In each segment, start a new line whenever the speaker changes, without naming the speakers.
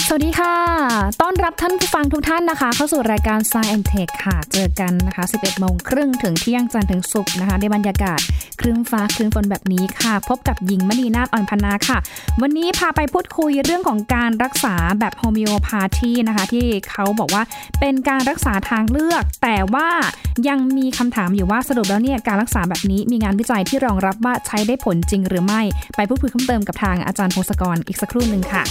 สวัสดีค่ะต้อนรับท่านผู้ฟังทุกท่านนะคะเข้าสู่รายการ Science and Tech ค่ะเจอกันนะคะ 11:30 น.ถึงเที่ยงจันทร์ถึงศุกร์นะคะในบรรยากาศครึ้มฟ้าครึ้มฝนแบบนี้ค่ะพบกับหญิงมณีนาฏอ่อนพนาค่ะวันนี้พาไปพูดคุยเรื่องของการรักษาแบบโฮมิโอพาธีนะคะที่เขาบอกว่าเป็นการรักษาทางเลือกแต่ว่ายังมีคำถามอยู่ว่าสรุปแล้วเนี่ยการรักษาแบบนี้มีงานวิจัยที่รองรับว่าใช้ได้ผลจริงหรือไม่ไปพูดคุยเพิ่มเติมกับทางอาจารย์พงศกรอีกสักครู่นึงค่ะ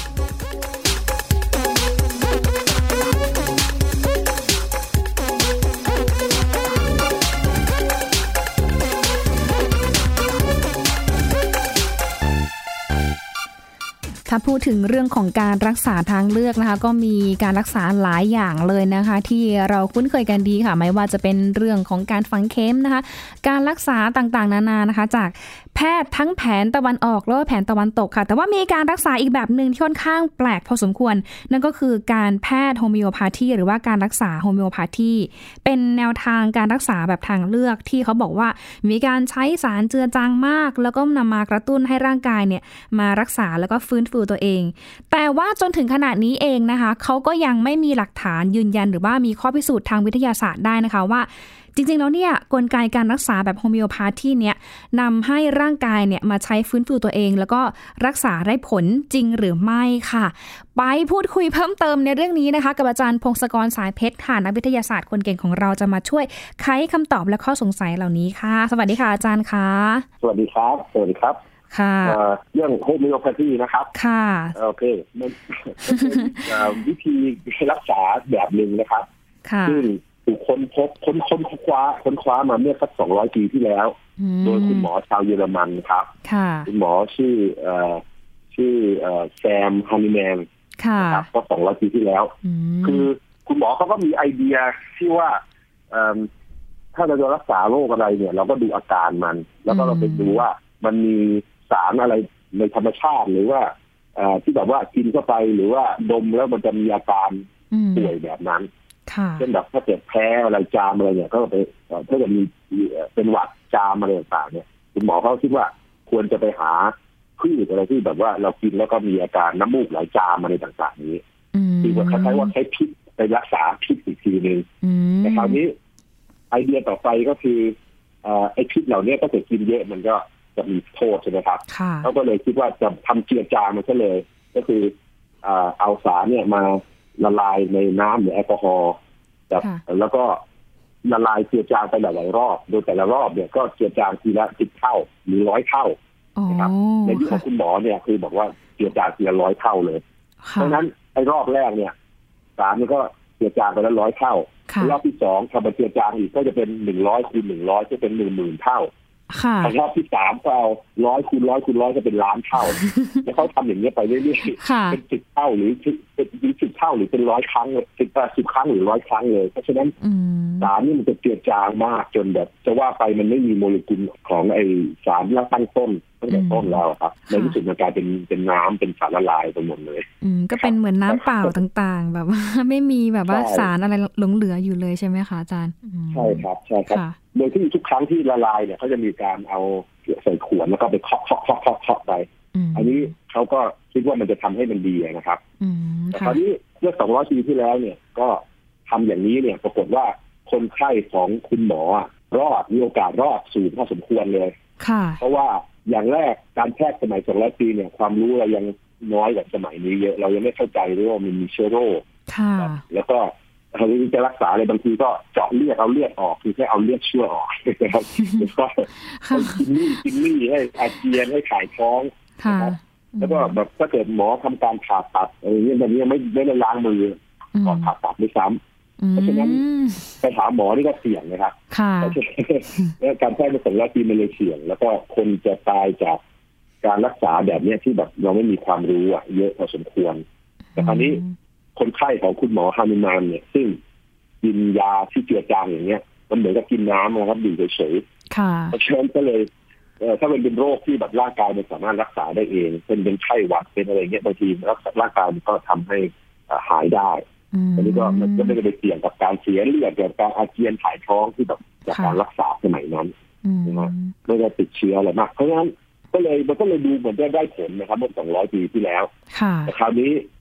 ถ้าพูดถึงเรื่องของการรักษาทางเลือกนะคะก็มีการรักษาหลายอย่างเลยนะคะที่เราคุ้นเคยกันดีค่ะไม่ว่าจะเป็นเรื่องของการฝังเข็มนะคะการรักษาต่างๆนานานะคะจากแพทย์ทั้งแผนตะวันออกและแผนตะวันตกค่ะแต่ว่ามีการรักษาอีกแบบนึงที่ค่อนข้างแปลกพอสมควรนั่นก็คือการแพทย์โฮมิโอพาธีหรือว่าการรักษาโฮมิโอพาธีเป็นแนวทางการรักษาแบบทางเลือกที่เขาบอกว่ามีการใช้สารเจือจางมากแล้วก็นำมากระตุ้นให้ร่างกายเนี่ยมารักษาแล้วก็ฟื้นฟูตัวเองแต่ว่าจนถึงขณะนี้เองนะคะเขาก็ยังไม่มีหลักฐานยืนยันหรือว่ามีข้อพิสูจน์ทางวิทยาศาสตร์ได้นะคะว่าจริงๆแล้วเนี่ยกลไกการรักษาแบบโฮมิโอพาธีเนี่ยนำให้ร่างกายเนี่ยมาใช้ฟื้นฟูตัวเองแล้วก็รักษาได้ผลจริงหรือไม่ค่ะไปพูดคุยเพิ่มเติมในเรื่องนี้นะคะกับอาจารย์พงศกรสายเพชรค่ะนักวิทยาศาสตร์คนเก่งของเราจะมาช่วยไขคำตอบและข้อสงสัยเหล่านี้ค่ะสวัสดีค่ะอาจารย์ค่ะ
สวัสดีครับสวัสดีครับ
ค่ะ
เรื่องโฮมิโอพาธีนะครับ
ค่ะ
โอเคมันวิธีรักษาแบบนึงนะครับซึ่งถูกค้นคว้ามาเมื่อสัก200 ปีที่แล้วโดยคุณหมอชาวเยอรมันครับคุณหมอชื่อแซมฮันนิแมนครับก็200 ปีที่แล้วคือคุณหมอเขาก็มีไอเดียที่ว่าถ้าเราจะรักษาโรคอะไรเนี่ยเราก็ดูอาการมันแล้วก็เราไปดูว่ามันมีสารอะไรในธรรมชาติหรือว่าที่แบบว่ากินเข้าไปหรือว่าดมแล้วมันจะมีอาการป่วยแบบนั้นเช่นแบบถ้าเกิดแพ้อะไรจามอะไรเนี่ยก็ไปถ้าเกิดมีเป็นหวัดจามอะไรต่างๆเนี่ยคุณหมอเขาคิดว่าควรจะไปหาพืชอะไรที่แบบว่าเรากินแล้วก็มีอาการน้ำมูกไหลจามอะไรต่างๆนี้คือว่าคล้ายๆว่าใช้พิษไปรักษาพิษอีกทีนึงแต่คราวนี้ไอเดียต่อไปก็คือไอพิษเหล่านี้ก็จะกินเยอะมันก็จะมีโทษใช่ไหมครับเขาก็เลยคิดว่าจะทำเจือจางมันซะเลยก็คือเอาสารเนี่ยมาละลายในน้ำหรือแอลกอฮอล์แล้วก็ละลายเจือจางไปหลายรอบโดยแต่ละรอบเนี่ยก็เจือจางทีละ10 เท่าหรือ100 เท่านะครับในที่ของคุณหมอเนี่ยคือบอกว่าเจือจางทีละ100 เท่าเลยเพราะฉะนั้นไอ้รอบแรกเนี่ยสารนี่ก็เจือจางไปละ100 เท่ารอบที่2ทำมาเจือจางอีกก็จะเป็น100 คูณ 100จะเป็น 10,000 เท่ารอบที่3ก็เอา100 คูณ 100 คูณ 100จะเป็นล้านเท่าแล้วเขาทำอย่างนี้ไปเรื่อยๆเป็น10 เท่าหรือเป็น10 เท่าหรือเป็น100 ครั้ง10 ครั้งหรือ100 ครั้งเลยเพราะฉะนั้นสารนี่มันจะเจือจางมากจนแบบจะว่าไปมันไม่มีโมเลกุลของไอสารที่ตั้งต้นตั้งแต่ต้นแล้วครับในที่สุดมันกลายเป็นน้ำเป็นสารละลายไปหมดเลย
ก็เป็นเหมือนน้ำเปล่าต่างๆแบบว่าไม่มีแบบว่าสารอะไรหลงเหลืออยู่เลยใช่ไหมคะอาจารย์
ใช่ครับโดยที่ทุกครั้งที่ละลายเนี่ยเขาจะมีการเอาใส่ขวดแล้วก็ไปเคาะไปอันนี้เขาก็คิดว่ามันจะทำให้มันดีนะครับแต่คราวนี้เมื่อ200 ปีที่แล้วเนี่ยก็ทำอย่างนี้เนี่ยปรากฏว่าคนไข้ของคุณหมอรอดมีโอกาสรอดสูงพอสมควรเลยเพราะว่าอย่างแรกการแพทย์สมัย200 ปีเนี่ยความรู้เรายังน้อยกว่าสมัยนี้เยอะเรายังไม่เข้าใจด้วยว่ามันมีเชื้อโรคแล้วก็เขาจะรักษาอะไรบางทีก็เจาะเลือดเอาเลือดออกคือแค่เอาเลือดเชื่อออกนะครับแล้วก็กินนี่ให้อาเจียนให้ถ่ายท้องนะครับแล้วก็แบบถ้าเกิดหมอทำการผ่าตัดอะไรเงี้ยแบบนี้ไม่ได้ล้างมือก่อนผ่าตัดด้วยซ้ำเพราะฉะนั้นไปหาหมอนี่ก็เสี่ยงนะครับแล้วการแพทย์ใน200 ปีมันเลยเสี่ยงแล้วก็คนจะตายจากการรักษาแบบนี้ที่แบบเราไม่มีความรู้เยอะพอสมควรแต่คราวนี้คนไข้ของคุณหมอฮานิแมนเนี่ยซึ่งกินยาที่เจือจางอย่างเงี้ยมันเหมือนกับกินน้ำนะครับดื่มเฉยๆเพราะฉะนั้นก็เลยถ้าเป็นโรคที่แบบร่างกายมันสามารถรักษาได้เองเป็นไข้หวัดเป็นอะไรเงี้ยบางทีร่างกายมันก็ทำให้หายได้อันนี้ก็มันก็ไม่ได้ไปเสี่ยงกับการเสียเลือดกับการอาเจียนถ่ายท้องที่แบบจากการรักษาสมัยนั้นนะไม่ได้ติดเชื้ออะไรมากเพราะฉะนั้นมันก็เลยดูเหมือนจะได้ผลนะครับเมื่อ200 ปีที่แล้วแต่คราวนี้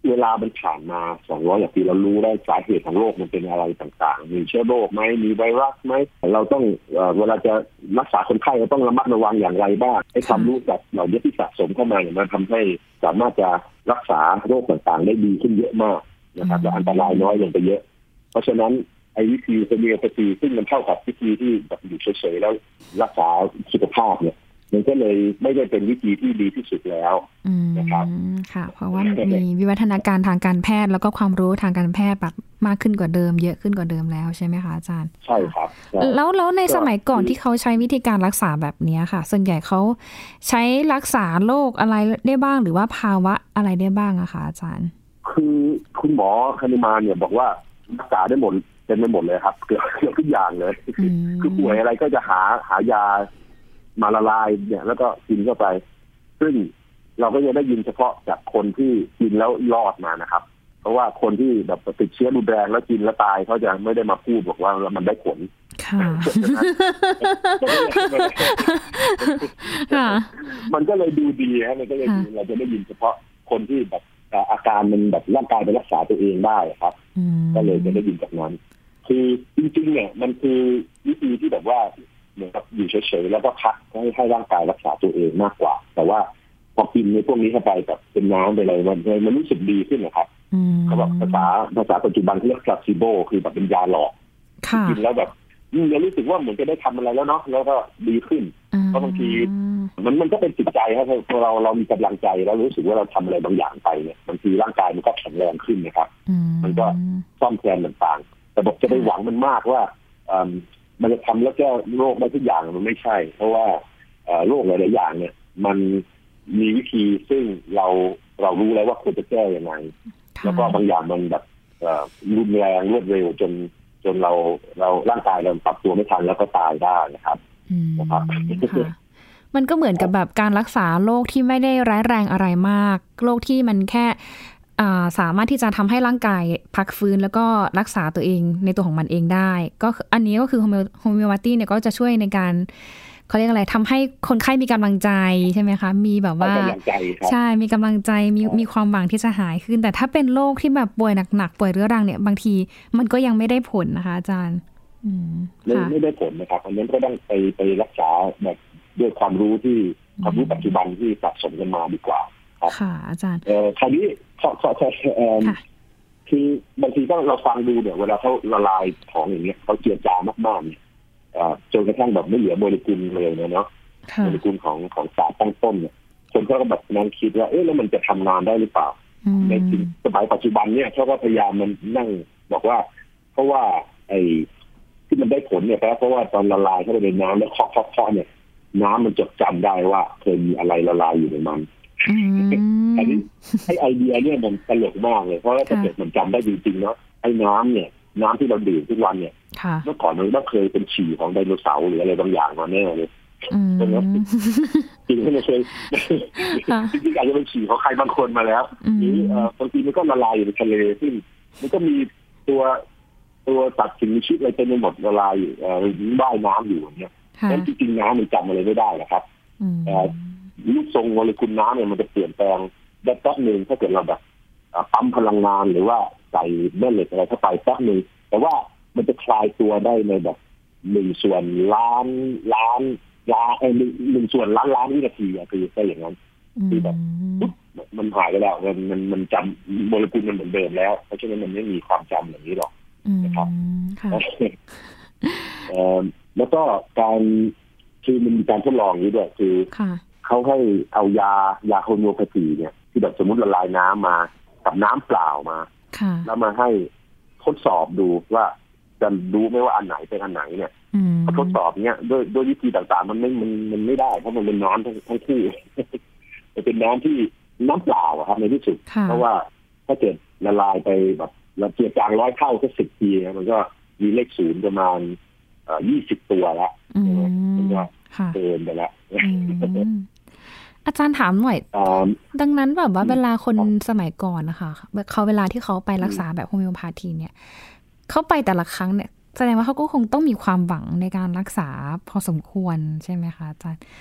เวลามันผ่านมา200กว่าปีเรารู้ได้สาเหตุของโรคมันเป็นอะไรต่างๆมีเชื้อโรคไหมมีไวรัสไหมเราต้องเวลาจะรักษาคนไข้เราต้องระมัดระวังอย่างไรบ้างให้ความรู้จากเหล่านี้ที่สะสมเข้ามาเนี่ยมันทำให้สามารถจะรักษาโรคต่างๆได้ดีขึ้นเยอะมากนะครับและอันตรายน้อยลงไปเยอะเพราะฉะนั้นไอ้วิธีโฮมิโอพาธีซึ่งมันเท่ากับวิธีที่แบบอยู่เฉยๆแล้วรักษาสุขภาพเนี่ยมันก็เลยไม่ได้เป็นวิธีที่ดีที่สุดแล้วนะครับ
ค่ะเพราะว่ามีวิวัฒนาการทางการแพทย์แล้วก็ความรู้ทางการแพทย์แบบมากขึ้นกว่าเดิมเยอะขึ้นกว่าเดิมแล้วใช่ไหมคะอาจารย์
ใช่ครับ
แล้วในสมัยก่อนที่เขาใช้วิธีการรักษาแบบนี้ค่ะส่วนใหญ่เขาใช้รักษาโรคอะไรได้บ้างหรือว่าภาวะอะไรได้บ้างอะคะอาจารย์
คือคุณหมอคณิมานเนี่ยบอกว่ารักษาได้หมดเป็นไปหมดเลยครับเกือบทุกอย่างเลยคือป่วยอะไรก็จะหายามาละลายเนี่ยแล้วก็กินเข้าไปซึ่งเราก็จะได้ยินเฉพาะจากคนที่กินแล้วรอดมานะครับเพราะว่าคนที่แบบติดเชื้อรุนแรงแล้วกินแล้วตายเขาจะไม่ได้มาพูดบอกว่ามันได้ผลมันก็เลยดูดีครับมันก็เลยเราจะได้ยินเฉพาะคนที่แบบอาการมันแบบร่างกายไปรักษาตัวเองได้ครับก็เลยจะได้ยินจากนั้นคือจริงๆเนี่ยมันคือวิธีที่แบบว่าเหมือนกับอยู่เฉยๆแล้วก็พักให้ร่างกายรักษาตัวเองมากกว่าแต่ว่าพอกินในพวกนี้เข้าไปแบบเป็นน้ำไปอะไรมันรู้สึกดีขึ้นนะครับเขาบอกภาษาปัจจุบันเขาเรียกพลาซิโบคือแบบเป็นยาหลอกกินแล้วแบบเรารู้สึกว่าเหมือนจะได้ทำอะไรแล้วเนาะแล้วก็ดีขึ้นเพราะบางทีมันก็เป็นจิตใจครับพอเรามีกำลังใจแล้วรู้สึกว่าเราทำอะไรบางอย่างไปเนี่ยบางทีร่างกายมันก็แข็งแรงขึ้นนะครับมันก็ซ่อมแซมต่างๆแต่บอกจะไปหวังมันมากว่ามันจะทำแล้วแก้โรคได้ทุกอย่างมันไม่ใช่เพราะว่าโรคหลายๆอย่างเนี่ยมันมีวิธีซึ่งเรารู้แล้วว่าควรจะแก้ยังไงแล้วก็บางอย่างมันแบบรุนแรงรวดเร็วจนเราร่างกายเราปรับตัวไม่ทันแล้วก็ตายได้นะครับ
มันก็เหมือนกับแบบการรักษาโรคที่ไม่ได้ร้ายแรงอะไรมากโรคที่มันแค่สามารถที่จะทำให้ร่างกายพักฟื้นแล้วก็รักษาตัวเองในตัวของมันเองได้ก็อันนี้ก็คือโฮมิโอพาธีเนี่ยก็จะช่วยในการเขาเรียกอะไรทำให้คนไข้มีกำลังใจใช่ไหมคะมีแบบว่าใช่มีกำลังใจมีความหวังที่จะหายขึ้นแต่ถ้าเป็นโรคที่แบบป่วยหนักๆป่วยเรื้อรังเนี่ยบางทีมันก็ยังไม่ได้ผลนะคะอาจารย์
ไม่ได้ผลนะครับอันนั้นก็ต้องไปรักษาแบบด้วยความรู้ปัจจุบันที่สะสมกันมาดีกว่า
ค่ะอาจารย์
คราวนี้คือบางทีก็เราฟังดูเนี่ยเวลาเขาละลายของอย่างเงี้ยเขาเจือจางมากๆเนี่ยจนกระทั่งแบบไม่เหลือโมเลกุลเลยเนาะโมเลกุลของสารตั้งต้นเนี่ยคนก็แบบนั่งคิดว่าแล้วมันจะทำงานได้หรือเปล่าในสมัยปัจจุบันเนี่ยเขาก็พยายามมันนั่งบอกว่าเพราะว่าไอ้ที่มันได้ผลเนี่ยเพราะว่าตอนละลายเข้าไปในน้ำแล้วเคาะเนี่ยน้ำมันจดจำได้ว่าเคยมีอะไรละลายอยู่ในมันอันนี้ไอเดียเนี่ยมันตลกมากเลยเพราะว่าถ้าเกิดมันจำได้จริงๆเนาะไอ้น้ำเนี่ยน้ำที่เราดื่มทุกวันเนี่ยเมื่อก่อนมันก็เคยเป็นฉี่ของไดโนเสาร์หรืออะไรบางอย่างมาแน่เลยจริงๆไม่เคยจริงๆอาจจะเป็นฉี่ของใครบางคนมาแล้วหรือบางทีมันก็ละลายอยู่ในทะเลซึ่งมันก็มีตัวสัตว์สิ่งมีชีวิตอะไรเต็มไปหมดละลายอยู่ว่ายน้ำอยู่อย่างเงี้ยนั้นจริงๆน้ำมันจำอะไรไม่ได้นะครับลูกทรงโมเลกุลน้ำเนี่ยมันจะเปลี่ยนแปลงได้แป๊บนึงถ้าเกิดเราแบบปั๊มพลังงานหรือว่าใส่แม่เหล็กอะไรเข้าไปแป๊บนึงแต่ว่ามันจะคลายตัวได้ในแบบ1 ส่วนล้าน1 ส่วนล้านวินาทีคือแค่อย่างนั้นคือแบบมันหายไปแล้วมันจำโมเลกุลมันเหมือนเดิมแล้วเพราะฉะนั้นมันไม่มีความจำอย่างนี้หรอกนะครับแล้วก็การคือมันมีการทดลองนี้ด้วยคือเขาให้เอายาโฮมิโอพาธีเนี่ยที่แบบสมมติละลายน้ำมากับน้ำเปล่ามาแล้วมาให้ทดสอบดูว่าจะรู้ไหมว่าอันไหนเป็นอันไหนเนี่ยทดสอบเนี่ยด้วยวิธีต่างๆมันไม่ได้เพราะมันเป็นน้ำทั้งคู่มันเป็นน้ำที่น้ำเปล่าครับในที่สุดเพราะว่าถ้าเกิดละลายไปแบบเราเจือจาง100 เท่าก็10 ทีมันก็มีเลข0ประมาณ20 ตัวละมันก็เกินไปแล้ว
อาจารย์ถามหน่อยดังนั้นแบบว่าเวลาคนสมัยก่อนนะคะเวลาที่เขาไปรักษาแบบโฮมิโอพาธีเนี่ยเขาไปแต่ละครั้งเนี่ยแสดงว่าเขาก็คงต้องมีความหวังในการรักษาพอสมควรใช่ไหมคะอาจารย์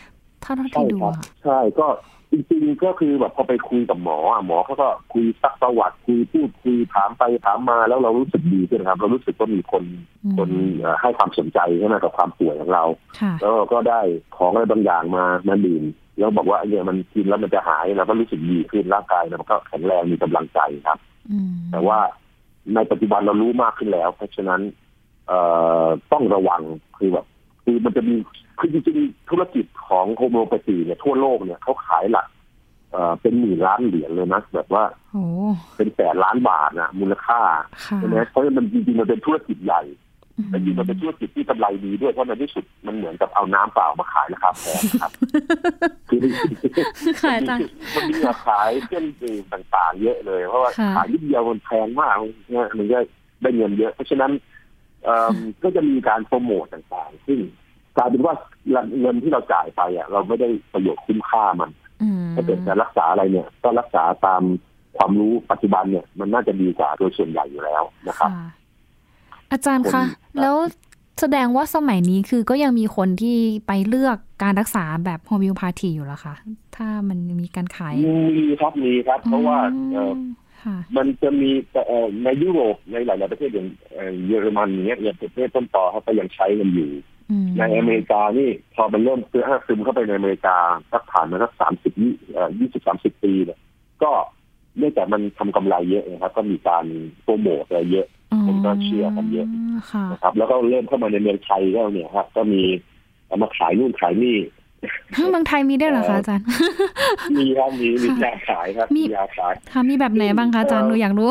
ถ้าที่ดู
ใช่ก็จริงๆก็คือแบบพอไปคุยกับหมอเขาก็คุยซักประวัติพูดคุยถามไปถามมาแล้วเรารู้สึกดีขึ้นครับเรารู้สึกว่ามีคนให้ความสนใจใช่ไหมกับความป่วยของเราแล้วก็ได้ของอะไรบางอย่างมาดื่มแล้วบอกว่าเนี่ยมันกินแล้วมันจะหายเราก็รู้สึกดีขึ้นร่างกายมันก็แข็งแรงมีกำลังใจครับแต่ว่าในปัจจุบันเรารู้มากขึ้นแล้วเพราะฉะนั้นต้องระวังคือมันจะมีคือจริงๆธุรกิจของโฮมิโอพาธีเนี่ยทั่วโลกเนี่ยเขาขายหลักเป็นหมื่นล้านเหรียญเลยนะแบบว่าเป็นแสนล้านบาทนะมูลค่าใช่ไหมเพราะมันจริงๆมันเป็นธุรกิจใหญ่แต่จริงมันเป็นธุรกิจที่กำไรดีด้วยเพราะในที่สุดมันเหมือนกับเอาน้ำเปล่ามาขายราคาแพงครับคือมันมีขายเครื่องดื่มต่างๆเยอะเลยเพราะว่าขายนิดเดียวมันแพงมากเนี่ยมันก็ได้เงินเยอะเพราะฉะนั้นก็จะมีการโปรโมทต่างๆซึ่งกลายเป็นว่าเงินที่เราจ่ายไปเราไม่ได้ประโยชน์คุ้มค่ามันถ้าเกิดจะรักษาอะไรเนี่ยก็รักษาตามความรู้ปัจจุบันเนี่ยมันน่าจะดีกว่าโดยส่วนใหญ่อยู่แล้วนะครับ
อาจารย์คะแล้วแสดงว่าสมัยนี้คือก็ยังมีคนที่ไปเลือกการรักษาแบบโฮมิโอพาธีอยู่เหรอคะถ้ามันมีการขาย
มีครับเพราะว่ามันจะมีในยุโรปในหลายๆประเทศอย่างเยอรมันอย่างเงี้ยอย่างประเทศต้นต่อเขาก็ยังใช้กันอยู่ในอเมริกานี่พอมันเริ่มซึมเข้าไปในอเมริกาสักผ่านมาสัก20-30 ปีเนี่ยก็เนื่องจากมันทำกำไรเยอะนะครับก็มีการโปรโมทอะไรเยอะคนก็เชียร์กันเยอะนะครับแล้วก็เริ่มเข้ามาในเมืองไทยแล้วเนี่ยครับก็มีมาขายนู่นขายนี่
เมืองไทยมีได้เหรอคะอาจารย์
มีครับมียาขายครับมียาขาย
ค่ะมีแบบไหนบ้างคะอาจารย์หนูอยากรู้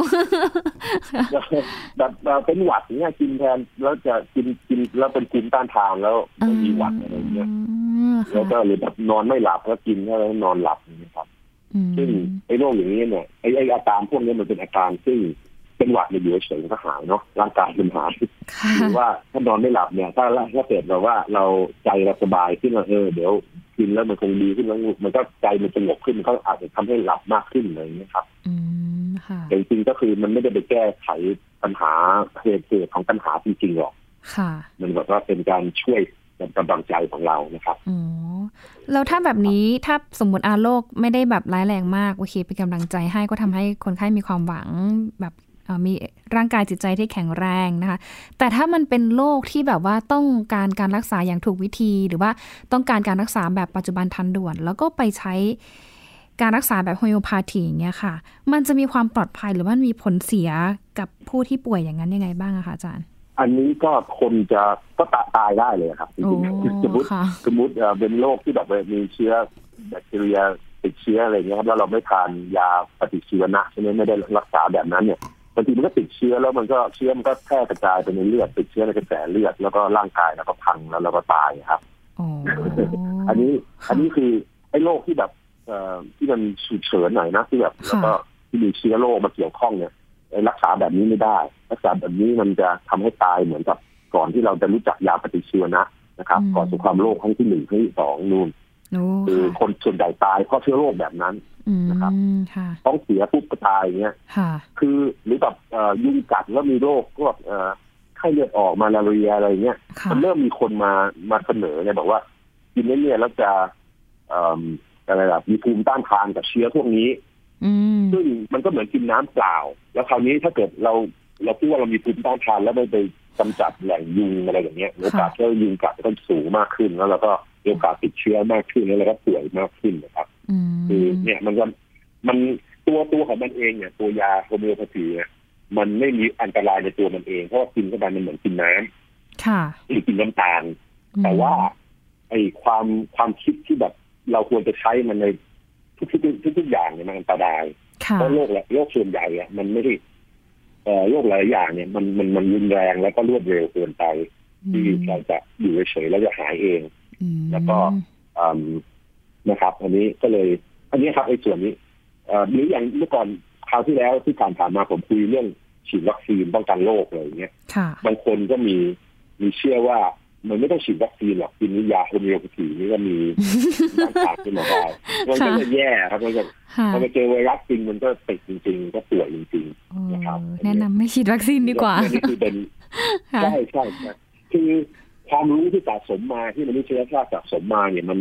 แบบเป็นหวัดเนี่ยกินแทนแล้วจะกินแล้วเป็นภูมิต้านทานแล้วมีหวัดอะไรเงี้ยแล้วก็หรือแบบนอนไม่หลับแล้วกินแล้วนอนหลับนะครับซึ่งไอ้โรคอย่างนี้เนี่ยไอ้อาการพวกนี้มันเป็นอาการซึ่งเป็นหวัดเนี่ยอยู่เฉยๆก็หายเนาะร่างกายมันหายหรือว่าถ้านอนไม่หลับเนี่ยถ้าเกิดแบบว่าเราใจเราสบายขึ้นเดี๋ยวกินแล้วมันคงดีขึ้นแล้วมันก็ใจมันสงบขึ้นมันก็อาจจะทำให้หลับมากขึ้นอะไรอย่างนี้ครับแต่จริงๆก็คือมันไม่ได้ไปแก้ไขปัญหาเหตุของปัญหาจริงๆหรอกมันแบบว่าเป็นการช่วยกำลังใจของเรานะครับ
แล้วถ้าแบบนี้ถ้าสมมติโรคไม่ได้แบบร้ายแรงมากโอเคเป็นกำลังใจให้ก็ทำให้คนไข้มีความหวังแบบมีร่างกายจิตใจที่แข็งแรงนะคะแต่ถ้ามันเป็นโรคที่แบบว่าต้องการรักษาอย่างถูกวิธีหรือว่าต้องการรักษาแบบปัจจุบันทันด่วนแล้วก็ไปใช้การรักษาแบบโฮมิโอพาธีอย่างเงี้ยค่ะมันจะมีความปลอดภัยหรือว่ามีผลเสียกับผู้ที่ป่วยอย่างนั้นยังไงบ้างอะคะอาจารย์
อันนี้ก็คนจะก็ตายได้เลยครับจริงๆสมมติเป็นโรคที่แบบมีเชื้อแบคทีเรียติดเชื้ออะไรเงี้ยครับแล้วเราไม่ทานยาปฏิชีวนะใช่ไหมไม่ได้รักษาแบบนั้นเนี่ยบางทีมันก็ติดเชื้อแล้วมันก็เชื้อมันก็แพร่กระจายไปในเลือดติดเชื้อในกระแสเลือดแล้วก็ร่างกายแล้วก็พังแล้วเราก็ตายครับอันนี้คือไอ้โรคที่แบบที่มันฉุกเฉินหน่อยนะที่แบบแล้วก็ที่มีเชื้อโรคมาเกี่ยวข้องเนี่ยรักษาแบบนี้ไม่ได้รักษาแบบนี้มันจะทำให้ตายเหมือนกับก่อนที่เราจะรู้จักยาปฏิชีวนะครับก่อนสงครามโลกครั้งที่1ครั้งที่2นู่นคือคนส่วนใหญ่ตายเพราะเชื้อโรคแบบนั้นนะครับต้องเสียปุ๊บก็ตายอย่างเงี้ยคือหรือแบบยุงกัดแล้วมีโรคพวกไข้เลือดออกมาลาเรียอะไรเงี้ยมันเริ่มมีคนมาเสนอเนี่ยบอกว่ากินเนี่ยแล้วจะอะไรแบบมีภูมิต้านทานกับเชื้อพวกนี้ซึ่งมันก็เหมือนกินน้ำเปล่าแล้วคราวนี้ถ้าเกิดเราคิดว่าเรามีภูมิต้านทานแล้วไม่ไปกำจัดแหล่งยุงอะไรอย่างเงี้ยโอกาสที่ยุงกัดก็สูงมากขึ้นแล้วเราก็โอกาสติดเชื้อมากขึ้นแล้วเราก็ป่วยมากขึ้นนะครับคือเนี่ยมันตัวของมันเองเนี่ยตัวยาโฮมิโอพาธีเนี่ยมันไม่มีอันตรายในตัวมันเองเพราะว่ากินเข้าไปมันเหมือนกินน้ำหรือกินน้ำตาลแต่ว่าไอ้ความคิดที่แบบเราควรจะใช้มันในทุกอย่างเนี่ยมันอันตรายเพราะโรคส่วนใหญ่อะมันไม่ได้โรคหลายอย่างเนี่ยมันรุนแรงแล้วก็รวดเร็วเกินไปที่เราจะอยู่เฉยๆแล้วจะหายเองแล้วก็นะครับอันนี้ครับไอ้ส่วนนี้หรืออย่างเมื่อก่อนคราวที่แล้วที่ผ่านมาผมคุยเรื่องฉีดวัคซีนป้องกันโรคอะไรอย่างเงี้ยบางคนก็มีเชื่อว่ามันไม่ต้องฉีดวัคซีนหรอกกินยาโฮมิโอพาธีนี่ก็มีร่างกายขึ้นมาได้มันก็จะแย่ครับมันก็พอไปเจอไวรัสจริงมันก็ติดจริงๆก็ป่วยจริงๆนะครับ
แนะนำไม่ฉีดวัคซีนดีกว่า
นี่คือเป็นใช่คือความรู้ที่สะสมมาที่มนุษยชาติสะสมมาเนี่ย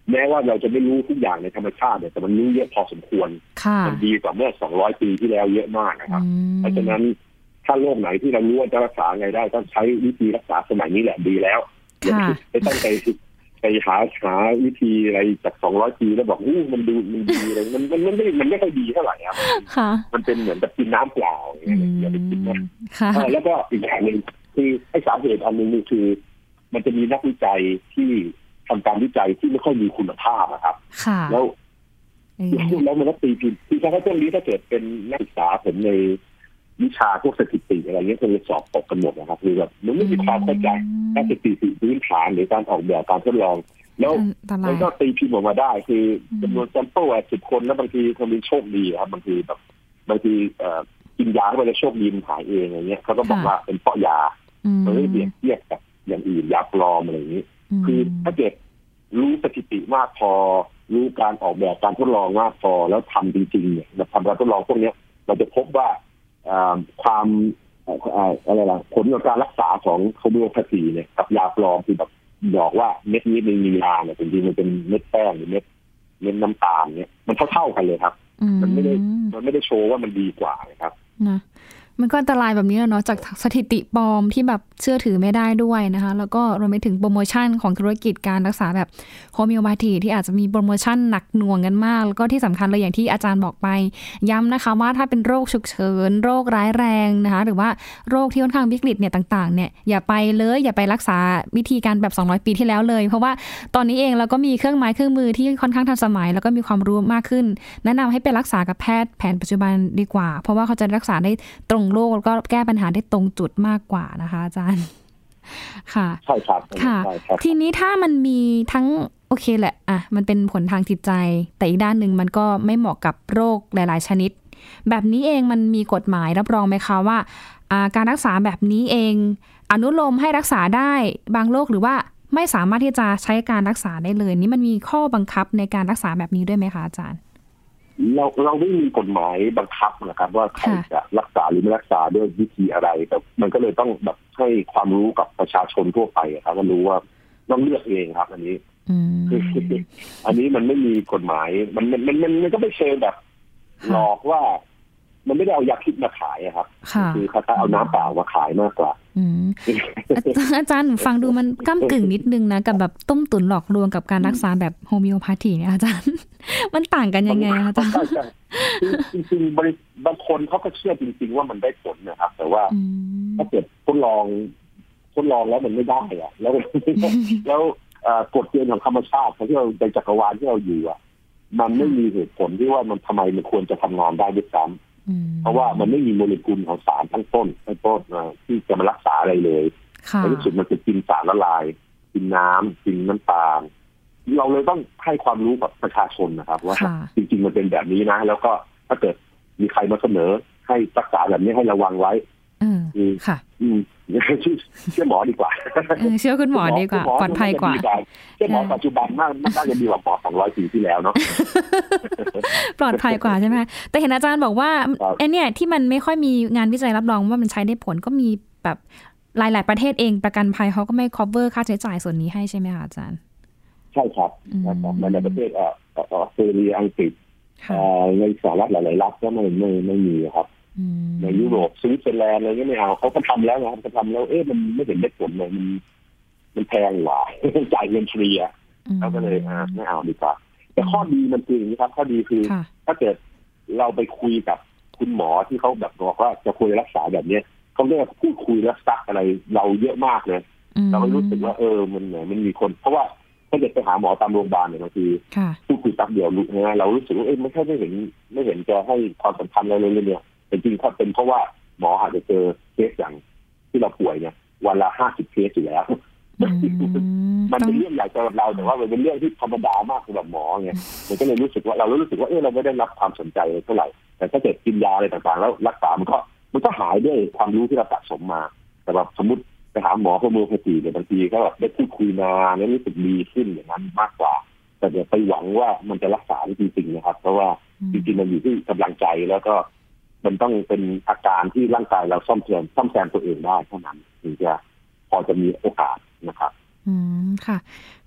แม้ว่าเราจะไม่รู้ทุกอย่างในธรรมชาติแต่มันรู้เยอะพอสมควรมันดีกว่าเมื่อ200 ปีที่แล้วเยอะมากนะครับเพราะฉะนั้นถ้าโรคไหนที่เรารู้ว่าจะรักษาไงได้ต้องใช้วิธีรักษาสมัยนี้แหละดีแล้วไม่ต้องไปหาวิธีอะไรจาก200 ปีแล้วบอกมันดีอะไรมันไม่ค่อยดีเท่าไหร่ครับมันเป็นเหมือนกับกินน้ำเปล่าอย่างเงี้ยอย่าไปกินนะแล้วก็อีกอย่างหนึ่งคือไอ้สาเหตุอันนึงนี่คือมันจะมีนักวิจัยที่ทำการวิจัยที่ไม่ค่อยมีคุณภาพนะครับแล้วมันก็ตีผิดที่ถ้าเรื่องนี้ถ้าเกิดเป็นนักศึกษาผมในวิชาพวกสถิติอะไรเงี้ยคงจะสอบตกกันหมดนะครับคือแบบมันไม่มีความเข้าใจด้านสถิติพื้นฐานหรือการออกแบบการทดลองแล้วมันก็ตีพิมพ์ออกมาได้คือจำนวนแซมเปิล10 คนแล้วบางทีคนมีโชคดีครับบางทีกินยาไปแล้วโชคดีมันหายเองอะไรเงี้ยเขาก็บอกว่าเป็นเพราะยามันไม่เปรียบเทียบกับอย่างอื่นยาปลอมอะไรอย่างนี้คือถ้าเกิดรู้สถิติมากพอรู้การออกแบบการทดลองมากพอแล้วทำจริงๆเนี่ยทำการทดลองพวกนี้เราจะพบว่าความอะไรล่ะผลของการรักษาของโฮมิโอพาธีเนี่ยกับยาปลอมที่แบบบอกว่าเม็ดนี้เป็นยาเนี่ยจริงๆมันเป็นเม็ดแป้งหรือเม็ดน้ำตาลเนี่ยมันเท่ากันเลยครับมันไม่ได้โชว์ว่ามันดีกว่านะครับ
นะมันก็อันตรายแบบนี้เนาะจากสถิติปลอมที่แบบเชื่อถือไม่ได้ด้วยนะคะแล้วก็รวมไปถึงโปรโมชั่นของธุรกิจการรักษาแบบโฮมิโอพาธีที่อาจจะมีโปรโมชั่นหนักหน่วงกันมากแล้วก็ที่สำคัญเลยอย่างที่อาจารย์บอกไปย้ำนะคะว่าถ้าเป็นโรคฉุกเฉินโรคร้ายแรงนะคะหรือว่าโรคที่ค่อนข้างวิกฤตเนี่ยต่างๆเนี่ยอย่าไปรักษาวิธีการแบบ200 ปีที่แล้วเลยเพราะว่าตอนนี้เองเราก็มีเครื่องไม้เครื่องมือที่ค่อนข้างทันสมัยแล้วก็มีความรู้มากขึ้นแนะนำให้ไปรักษากับแพทย์แผนปัจจุบันดีกว่าเพราะว่าเขาจะรักษาได้ตรงโรคแล้วก็แก้ปัญหาได้ตรงจุดมากกว่านะคะอาจารย์ค่ะ
ใช่ครับ
ค่ะทีนี้ถ้ามันมีทั้งโอเคแหละมันเป็นผลทางจิตใจแต่อีกด้านหนึ่งมันก็ไม่เหมาะกับโรคหลายๆชนิดแบบนี้เองมันมีกฎหมายรับรองไหมคะว่าการรักษาแบบนี้เองอนุโลมให้รักษาได้บางโรคหรือว่าไม่สามารถที่จะใช้การรักษาได้เลยนี่มันมีข้อบังคับในการรักษาแบบนี้ด้วยไหมคะอาจารย์
เราไม่มีกฎหมายบังคับนะครับว่าใครจะรักษาหรือไม่รักษาด้วยวิธีอะไรแต่มันก็เลยต้องแบบให้ความรู้กับประชาชนทั่วไปครับว่ารู้ว่าต้องเลือกเองครับอันนี้อันนี้มันไม่มีกฎหมายมันก็ไม่เชิงแบบหลอกว่ามันไม่ได้เอายาพิษมาขายครับคือเขาเอาน้ำเปล่ามาขายมากกว่า
อาจารย์ฟังดูมันก้ำกึ่งนิดนึงนะกับแบบต้มตุ๋นหลอกลวงกับการรักษาแบบโฮมิโอพาธีเนี่ยอาจารย์มันต่างกันยังไงอาจารย์
จริงๆบางคนเขาก็เชื่อจริงๆว่ามันได้ผลนะครับแต่ว่าถ้าเกิดทดลองแล้วมันไม่ได้อะแล้วกฎเกณฑ์ของธรรมชาติที่เราในจักรวาลที่เราอยู่มันไม่มีเหตุผลที่ว่ามันทำไมมันควรจะทำงานได้ด้วยซ้ำเพราะว่ามันไม่มีโมเลกุลของสารทั้งต้นที่จะมารักษาอะไรเลยในที่สุดมันจะกินสารละลายกินน้ำกินน้ำตาลเราเลยต้องให้ความรู้กับประชาชนนะครับว่าจริงๆมันเป็นแบบนี้นะแล้วก็ถ้าเกิดมีใครมาเสนอให้รักษาแบบนี้ให้ระวังไว้
ค่ะ
เชื่อหมอดีกว่า
เชื่อคุณหมอดีกว่าปลอดภัยกว่า
เชื่อหมอปัจจุบันน่าจะดีกว่าหมอ200 ปีที่แล้วเนาะ
ปลอดภัยกว่าใช่ไหมแต่เห็นอาจารย์บอกว่าไอ้เนี่ยที่มันไม่ค่อยมีงานวิจัยรับรองว่ามันใช้ได้ผลก็มีแบบหลายๆประเทศเองประกันภัยเขาก็ไม่ cover ค่าใช้จ่ายส่วนนี้ให้ใช่ไหมคะอาจารย์
ใช่ครับในประเทศออสเตรเลียอังกฤษในสหรัฐหลายๆรัฐก็ไม่มีครับในยุโรปสวิตเซอร์แลนด์อะไรก็ไม่เอาเขาก็ทำแล้วนะครับเขาทำแล้วมันไม่เห็นได้ผลเลยมันแพงกว่าจ่ายเงินฟรีเขาก็เลยไม่เอาดีกว่าแต่ข้อดีมันคืออย่างนี้ครับข้อดีคือถ้าเกิดเราไปคุยกับคุณหมอที่เขาแบบบอกว่าจะคุยรักษาแบบนี้เขาเรียกพูดคุยแล้วซักอะไรเราเยอะมากเลยเราก็รู้สึกว่ามันมีคนเพราะว่าถ้าเกิดไปหาหมอตามโรงพยาบาลเนี่ยบางทีพูดคุยซักเดียวรู้นะเรารู้สึกว่าไม่ใช่ไม่เห็นจะให้ความสำคัญอะไรเลยเนี่ยแต่จริงๆเป็นเพราะว่าหมออาจจะเจอเคสอย่างที่เราป่วยเนี่ยวันละ50 เคสอยู่แล้วมันเป็นเรื่องใหญ่สำหรับเราแต่ว่ามันเป็นเรื่องที่ธรรมดามากสำหรับหมอไงมันก็เลยรู้สึกว่าเราไม่ได้รับความสนใจเท่าไหร่แต่ถ้าเกิดกินยาอะไรต่างๆแล้วรักษามันก็หายด้วยความรู้ที่เราสะสมมาแต่แบบสมมติไปหาหมอโฮมิโอพาธีเนี่ยบางทีก็แบบได้พูดคุยนานแล้วรู้สึกดีขึ้นอย่างนั้นมากกว่าแต่อย่าไปหวังว่ามันจะรักษาได้จริงๆนะครับเพราะว่าจริงๆมันอยู่ที่กำลังใจแล้วก็มันต้องเป็นอาการที่ร่างกายเราซ่อมแซมตัวเองได้เท่านั้นถึงจะพอจะมีโอกาสนะครับ
ค่ะ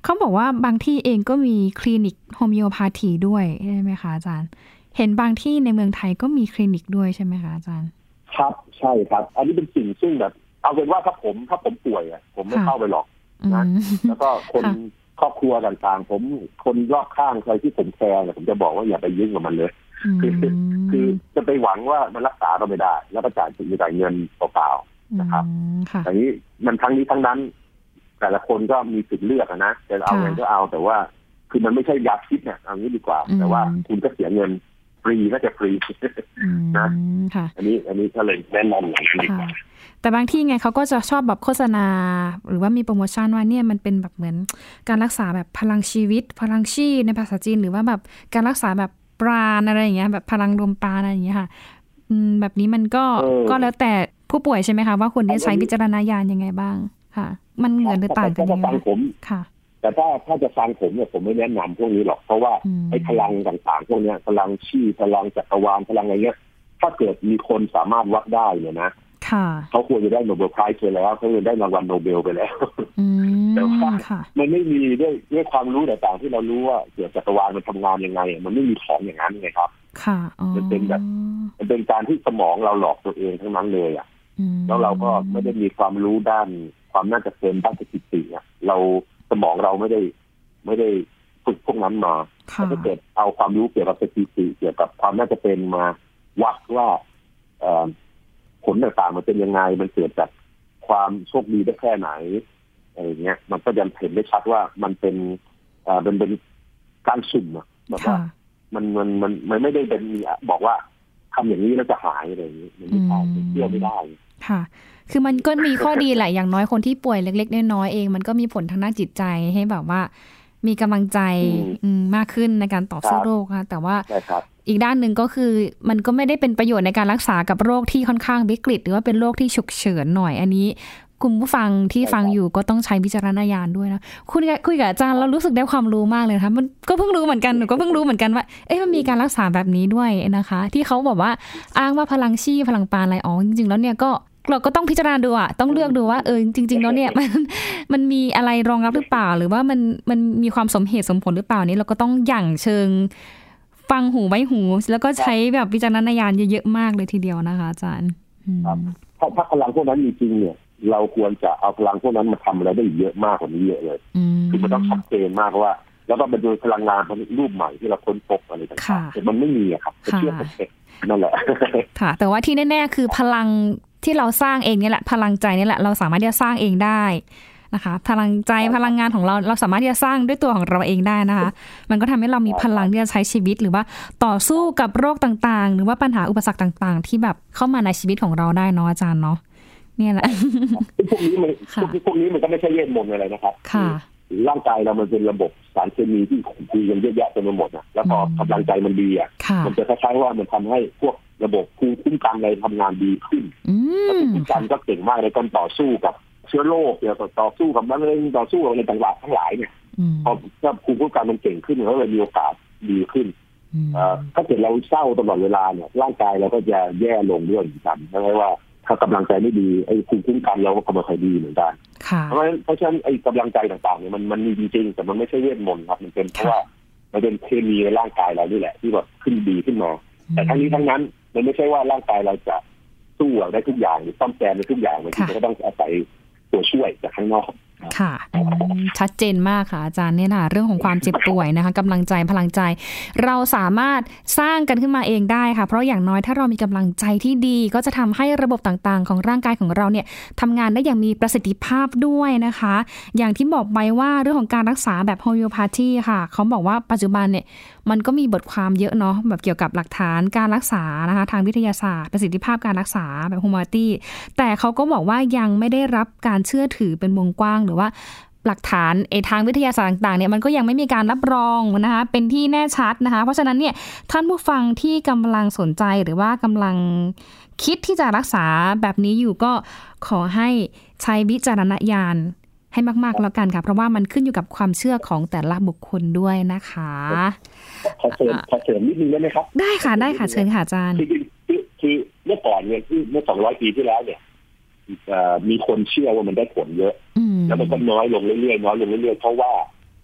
เขาบอกว่าบางที่เองก็มีคลินิกโฮมิโอพาธีด้วยใช่ไหมคะอาจารย์เห็นบางที่ในเมืองไทยก็มีคลินิกด้วยใช่ไหมคะอาจารย์
ครับใช่ครับอันนี้เป็นสิ่งซึ่งแบบเอาเป็นว่าถ้าผมป่วยอ่ะผมไม่เข้าไปหรอกนะแล้วก็คนครอบครัวต่างๆผมคนรอบข้างใครที่ผมแคร์ผมจะบอกว่าอย่าไปยุ่งกับมันเลยคือจะไปหวังว่ามันรักษาเราไม่ได้แล้วก็จ่ายเงินเปล่าๆนะครับแต่นี้มันทั้งนี้ทั้งนั้นแต่ละคนก็มีสิทธิ์เลือกนะจะเอาเงินก็เอาแต่ว่าคือมันไม่ใช่ยาพิษเนี่ยเอางี้ดีกว่าแต่ว่าคุณก็เสียเงินฟรีก็จะฟรีนะอันนี้ก็เลยแนะนำอย่างนี้ดีกว่า
แต่บางที่ไงเขาก็จะชอบแบบโฆษณาหรือว่ามีโปรโมชั่นว่าเนี่ยมันเป็นแบบเหมือนการรักษาแบบพลังชีวิตพลังชีในภาษาจีนหรือว่าแบบการรักษาแบบปราณอะไรอย่างเงี้ยแบบพลังลมปราณอะไรอย่างเงี้ยค่ะแบบนี้มันก็แล้วแต่ผู้ป่วยใช่ไหมคะว่าควรจะใช้วิจารณญาณยังไงบ้างค่ะมันเหมือนหรือต่างกันยังไงค่ะ
แต่ถ้าจะฟังผมเนี่ยผมไม่แนะนำพวกนี้หรอกเพราะว่าไอ้พลังต่างๆพวกนี้พลังชีพลังจักรวาลพลังอะไรเงี้ยถ้าเกิดมีคนสามารถวัดได้เนี่ยนะเขาควรจะได้โนเบลไพรส์ไปแล้วเขาควรได้รางวัลโนเบลไปแล้วแต่ว่ามันไม่มีด้วยความรู้ต่างๆที่เรารู้ว่าเกี่ยวกับจักรวาลมันทำงานยังไงมันไม่มีของอย่างนั้นไงครับมันเป็นแบบมันเป็นการที่สมองเราหลอกตัวเองทั้งนั้นเลยอ่ะแล้วเราก็ไม่ได้มีความรู้ด้านความน่าจะเป็นด้านสถิติอ่ะเราสมองเราไม่ได้ฝึกพวกนั้นมาถ้าเกิดเอาความรู้เกี่ยวกับสถิติเกี่ยวกับความน่าจะเป็นมาวัดว่าผลต่างๆมันเป็นยังไงมันเกิดจากความโชคดีได้แค่ไหนอะไรเงี้ยมันก็จะเห็นได้ชัดว่ามันเป็นการสุ่มอะแบบว่ามันไม่ได้เป็นบอกว่าทำอย่างนี้แล้วจะหายอะไรอย่างนี้มันไม่ใช่เชื่อไม่ได้
ค่ะคือมันก็มีข้อดีแหละอย่างน้อยคนที่ป่วยเล็กๆน้อยๆเองมันก็มีผลทางด้านจิตใจให้แบบว่ามีกำลังใจมากขึ้นในการต่อสู้โรคค่ะแต่ว่าอีกด้านหนึ่งก็คือมันก็ไม่ได้เป็นประโยชน์ในการรักษากับโรคที่ค่อนข้างวิกฤตหรือว่าเป็นโรคที่ฉุกเฉินหน่อยอันนี้คุณผู้ฟังที่ฟังอยู่ก็ต้องใช้วิจารณญาณด้วยนะคุยกับอาจารย์เรารู้สึกได้ความรู้มากเลยค่ะมันก็เพิ่งรู้เหมือนกันหนูก็เพิ่งรู้เหมือนกันว่ามันมีการรักษาแบบนี้ด้วยนะคะที่เขาบอกว่าอ้างว่าพลังชีพลังปราณอะไรจริงๆแล้วเนี่ยก็เราก็ต้องพิจารณาดูอ่ะต้องเลือกดูว่าจริงๆแล้วเนี่ยมันมีอะไรรองรับหรือเปล่าหรือว่ามันมีความสมเหตุสมผลหรือเปล่านี้เราก็ต้องอย่างเชิงฟังหูไว้หูแล้วก็ใช้แบบวิจารณญาณเยอะๆมากเลยทีเดียวนะคะอาจารย์
ครับถ้าพลังพวกนั้นจริงๆเนี่ยเราควรจะเอาพลังพวกนั้นมาทำอะไรได้เยอะมากกว่านี้เยอะเลยคือมันต้องชัดเจนมากว่าแล้วก็เป็นโดยพลังงานรูปใหม่ที่เราค้นพบอะไรต่างๆแต่มันไม่มีอะครับเชื่อผมนั่นแหละ
ค่ะแต่ว่าที่แน่ๆคือพลังที่เราสร้างเองนี่แหละพลังใจนี่แหละเราสามารถที่จะสร้างเองได้นะคะพลังใจพลังงานของเราสามารถที่จะสร้างด้วยตัวของเราเองได้นะคะมันก็ทำให้เรามีพลังที่จะใช้ชีวิตหรือว่าต่อสู้กับโรคต่างๆหรือว่าปัญหาอุปสรรคต่างๆที่แบบเข้ามาในชีวิตของเราได้เนาะอาจารย์เนาะเนี่ยแหละ
พวกนี้มันก็ไม่ใช่เวทมนต์อะไรนะครับร่างกายเรามันเป็นระบบสารเคมีที่คุยกันเยอะแยะเต็มไปหมดนะแล้วพอกำลังใจมันดีอ่ะมันจะคล้ายๆว่ามันทำให้พวกระบบภูมิคุ้มกันอะไรทำงานดีขึ้นแล้วภูมิคุ้มกันก็เก่งมากในการต่อสู้กับเชื้อโรคเกี่ยวกับต่อสู้กับมะเร็งต่อสู้กับอะไรต่างๆทั้งหลายเนี่ยพอถ้าภูมิคุ้มกันมันเก่งขึ้นก็เลยมีโอกาสดีขึ้นถ้าเกิดเราเศร้าตลอดเวลาเนี่ยร่างกายเราก็จะแย่ลงด้วยเหมือนกันเพราะว่าถ้ากำลังใจไม่ดีไอ้ภูมิคุ้มกันเราก็ไม่ค่อยดีเหมือนกันเพราะฉะนั้นไอ้กำลังใจต่างๆเนี่ยมันมีจริงๆแต่มันไม่ใช่เวทมนต์ครับมันเป็นเพราะว่ามันเป็นเคมีในร่างกายเรานี่แหละที่แบบขึ้นดีขึ้นมาแต่ทั้งนี้ทั้งนั้นมันไม่ใช่ว่าร่างกายเราจะสู้ได้ทุกอย่างหรือซ่อมแซมได้ทุกอย่างมันก็ต้องอาศัยตัวช่วยจากข้างนอก
ค่ะชัดเจนมากค่ะอาจารย์เนี่ยนะเรื่องของความเจ็บป่วยนะคะกำลังใจพลังใจเราสามารถสร้างกันขึ้นมาเองได้ค่ะเพราะอย่างน้อยถ้าเรามีกำลังใจที่ดีก็จะทำให้ระบบต่างๆของร่างกายของเราเนี่ยทำงานได้อย่างมีประสิทธิภาพด้วยนะคะอย่างที่บอกไปว่าเรื่องของการรักษาแบบโฮมิโอพาธีค่ะเขาบอกว่าปัจจุบันเนี่ยมันก็มีบทความเยอะเนาะแบบเกี่ยวกับหลักฐานการรักษานะคะทางวิทยาศาสตร์ประสิทธิภาพการรักษาแบบโฮมิโอพาธีแต่เขาก็บอกว่ายังไม่ได้รับการเชื่อถือเป็นวงกว้างหรือว่าหลักฐานทางวิทยาศาสตร์ต่างๆเนี่ยมันก็ยังไม่มีการรับรองนะคะเป็นที่แน่ชัดนะคะเพราะฉะนั้นเนี่ยท่านผู้ฟังที่กำลังสนใจหรือว่ากำลังคิดที่จะรักษาแบบนี้อยู่ก็ขอให้ใช้วิจารณญาณให้มากๆแล้วกันค่ะเพราะว่ามันขึ้นอยู่กับความเชื่อของแต่ละบุคคลด้วยนะคะ
ขอเสริมนิดนึงได้ไหมครับ
ได้ค่ะเชิญค่ะอาจารย์
คือเมื่อก่อนเนี่ยเมื่อ200 ปีที่แล้วเนี่ยมีคนเชื่อว่ามันได้ผลเยอะแล้วมันก็น้อยลงเรื่อยๆเพราะว่า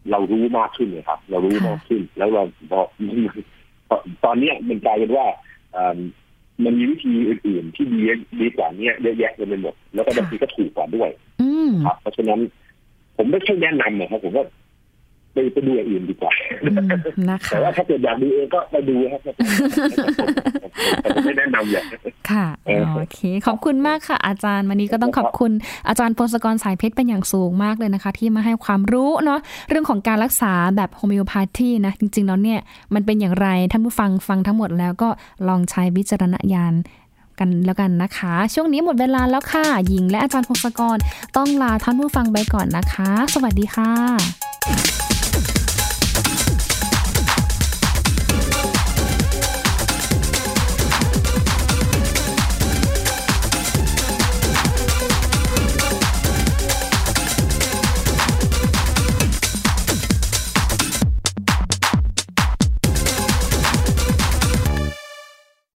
เรารู้มากขึ้นเลยครับเรารู้มากขึ้นแล้วเราตอนนี้มันกลายเป็นว่ามันมีวิธีอื่นๆที่ดีกว่านี้เยอะแยะไปหมดแล้วก็บางทีก็ถูกกว่าด้วยครับเพราะฉะนั้นผมไม่ใช่แนะนำนะครับผมว่าไปดูอย่างอื่นดีกว่าแต่ว่าถ้าเกิดอยากดูเองก็ไปดูครับไม่แนะนำอย่าง
ค่ะโอเคขอบคุณมากค่ะอาจารย์วันนี้ก็ต้องขอบคุณอาจารย์พงศกรสายเพชรเป็นอย่างสูงมากเลยนะคะที่มาให้ความรู้เนาะเรื่องของการรักษาแบบโฮมิโอพาธีนะจริงๆแล้วเนี่ยมันเป็นอย่างไรท่านผู้ฟังทั้งหมดแล้วก็ลองใช้วิจารณญาณกันแล้วกันนะคะช่วงนี้หมดเวลาแล้วค่ะหญิงและอาจารย์พงศกรต้องลาท่านผู้ฟังไปก่อนนะคะสวัสดีค่ะ